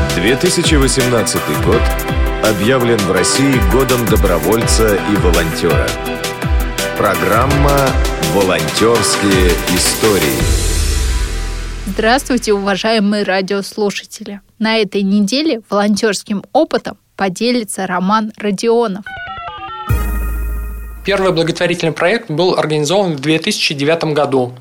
2018 год объявлен в России годом добровольца и волонтера. Программа «Волонтерские истории». Здравствуйте, уважаемые радиослушатели! На этой неделе волонтерским опытом поделится Роман Родионов. Первый благотворительный проект был организован в 2009 году.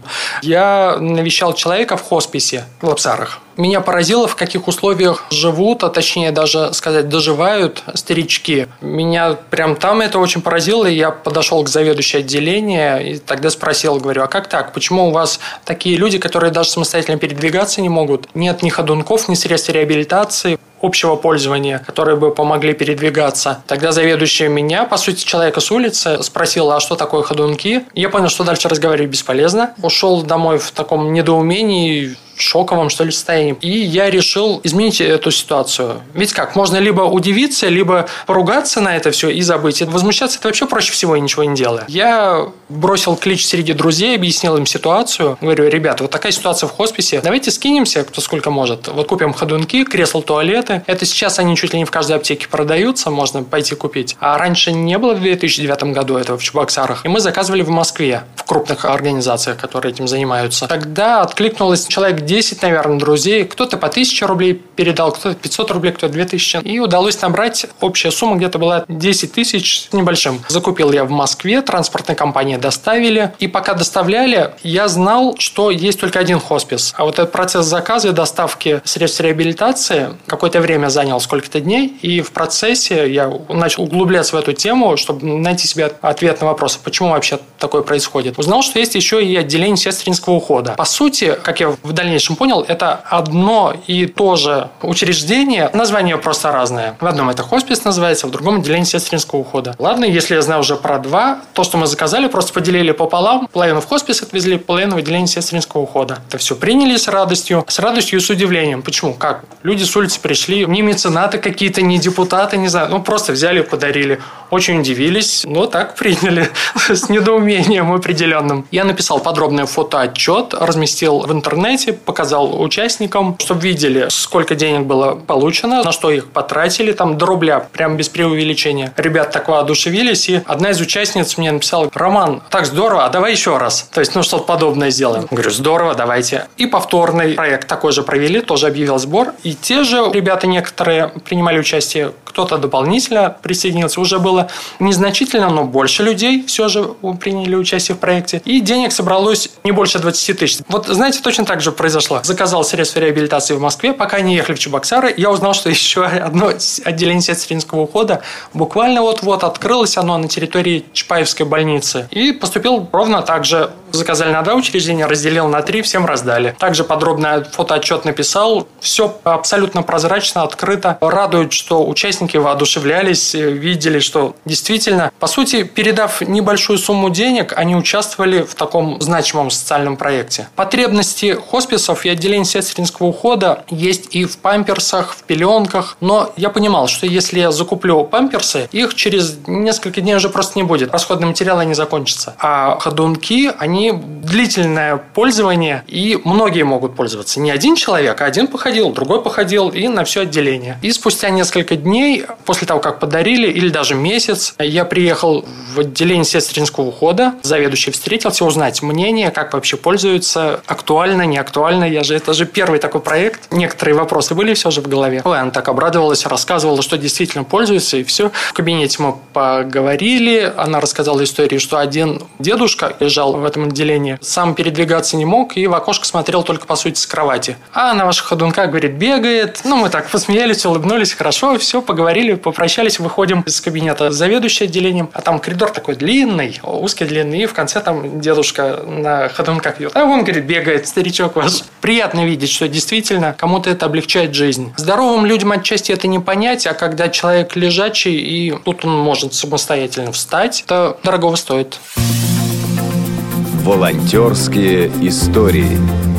Я навещал человека в хосписе в Лапсарах. Меня поразило, в каких условиях живут, а точнее даже сказать, доживают старички. Меня прям там это очень поразило, и я подошел к заведующей отделения и тогда спросил, говорю, а как так? Почему у вас такие люди, которые даже самостоятельно передвигаться не могут? Нет ни ходунков, ни средств реабилитации общего пользования, которые бы помогли передвигаться. Тогда заведующая меня, по сути, человека с улицы, спросила, а что такое ходунки? Я понял, что дальше разговаривать бесполезно. Ушел домой в таком недоумении, шоковом, что ли, состоянии. И я решил изменить эту ситуацию. Ведь как? Можно либо удивиться, либо поругаться на это все и забыть. И возмущаться это вообще проще всего, и ничего не делая. Я бросил клич среди друзей, объяснил им ситуацию. Говорю, ребята, вот такая ситуация в хосписе. Давайте скинемся, кто сколько может. Вот купим ходунки, кресла, туалеты. Это сейчас они чуть ли не в каждой аптеке продаются, можно пойти купить. А раньше не было в 2009 году этого в Чебоксарах. И мы заказывали в Москве, в крупных организациях, которые этим занимаются. Тогда откликнулось человек 10, наверное, друзей. Кто-то по 1000 рублей передал, кто-то 500 рублей, кто-то 2000. И удалось набрать. Общая сумма где-то была 10 тысяч с небольшим. Закупил я в Москве, транспортная компания доставили. И пока доставляли, я знал, что есть только один хоспис. А вот этот процесс заказа и доставки средств реабилитации какое-то время занял, сколько-то дней. И в процессе я начал углубляться в эту тему, чтобы найти себе ответ на вопрос, почему вообще такое происходит. Узнал, что есть еще и отделение сестринского ухода. По сути, как я в дальнейшем понял, это одно и то же учреждение, название просто разное. В одном это хоспис называется, в другом отделение сестринского ухода. Ладно, если я знаю уже про два, то, что мы заказали, просто поделили пополам, половину в хоспис отвезли, половину в отделение сестринского ухода. Это все приняли с радостью и с удивлением. Почему? Как? Люди с улицы пришли, не меценаты какие-то, не депутаты, не знаю, просто взяли и подарили. Очень удивились, но так приняли с недоумением определенным. Я написал подробный фотоотчет, разместил в интернете, показал участникам, чтобы видели, сколько денег было получено, на что их потратили, там до рубля, прям без преувеличения. Ребята так воодушевились, и одна из участниц мне написала: Роман, так здорово, а давай еще раз. То есть, что-то подобное сделаем. Говорю, здорово, давайте. И повторный проект такой же провели, тоже объявил сбор, и те же ребята некоторые принимали участие, кто-то дополнительно присоединился, уже было незначительно, но больше людей все же приняли участие в проекте, и денег собралось не больше 20 тысяч. Вот, знаете, точно так же произошло. Заказал средства реабилитации в Москве, пока не ехали в Чебоксары, я узнал, что еще одно отделение сестринского ухода буквально вот-вот открылось оно на территории Чапаевской больницы. И поступил ровно так же. Заказали на 2 учреждения, разделил на 3, всем раздали. Также подробно фотоотчет написал. Все абсолютно прозрачно, открыто. Радует, что участники воодушевлялись, видели, что действительно, по сути, передав небольшую сумму денег, они участвовали в таком значимом социальном проекте. Потребности хосписов и отделений сестринского ухода есть и в памперсах, в пеленках. Но я понимал, что если я закуплю памперсы, их через несколько дней уже просто не будет. Расходные материалы не закончатся. А ходунки, они длительное пользование, и многие могут пользоваться. Не один человек, а один походил, другой походил, и на все отделение. И спустя несколько дней, после того, как подарили, или даже месяц, я приехал в отделение сестринского ухода, заведующий встретился, узнать мнение, как вообще пользуются, актуально, не актуально. Это же первый такой проект. Некоторые вопросы были все же в голове. Она так обрадовалась, рассказывала, что действительно пользуется, и все. В кабинете мы поговорили, она рассказала историю, что один дедушка лежал в этом отделении, сам передвигаться не мог и в окошко смотрел только, по сути, с кровати. А на ваших ходунках, говорит, бегает. Мы так посмеялись, улыбнулись, хорошо, все, поговорили, попрощались, выходим из кабинета заведующего отделением, а там коридор такой длинный, узкий, длинный, и в конце там дедушка на ходунках идет. А он, говорит, бегает, старичок ваш. Приятно видеть, что действительно кому-то это облегчает жизнь. Здоровым людям отчасти это не понять, а когда человек лежачий, и тут он может самостоятельно встать, это дорогого стоит. Волонтерские истории.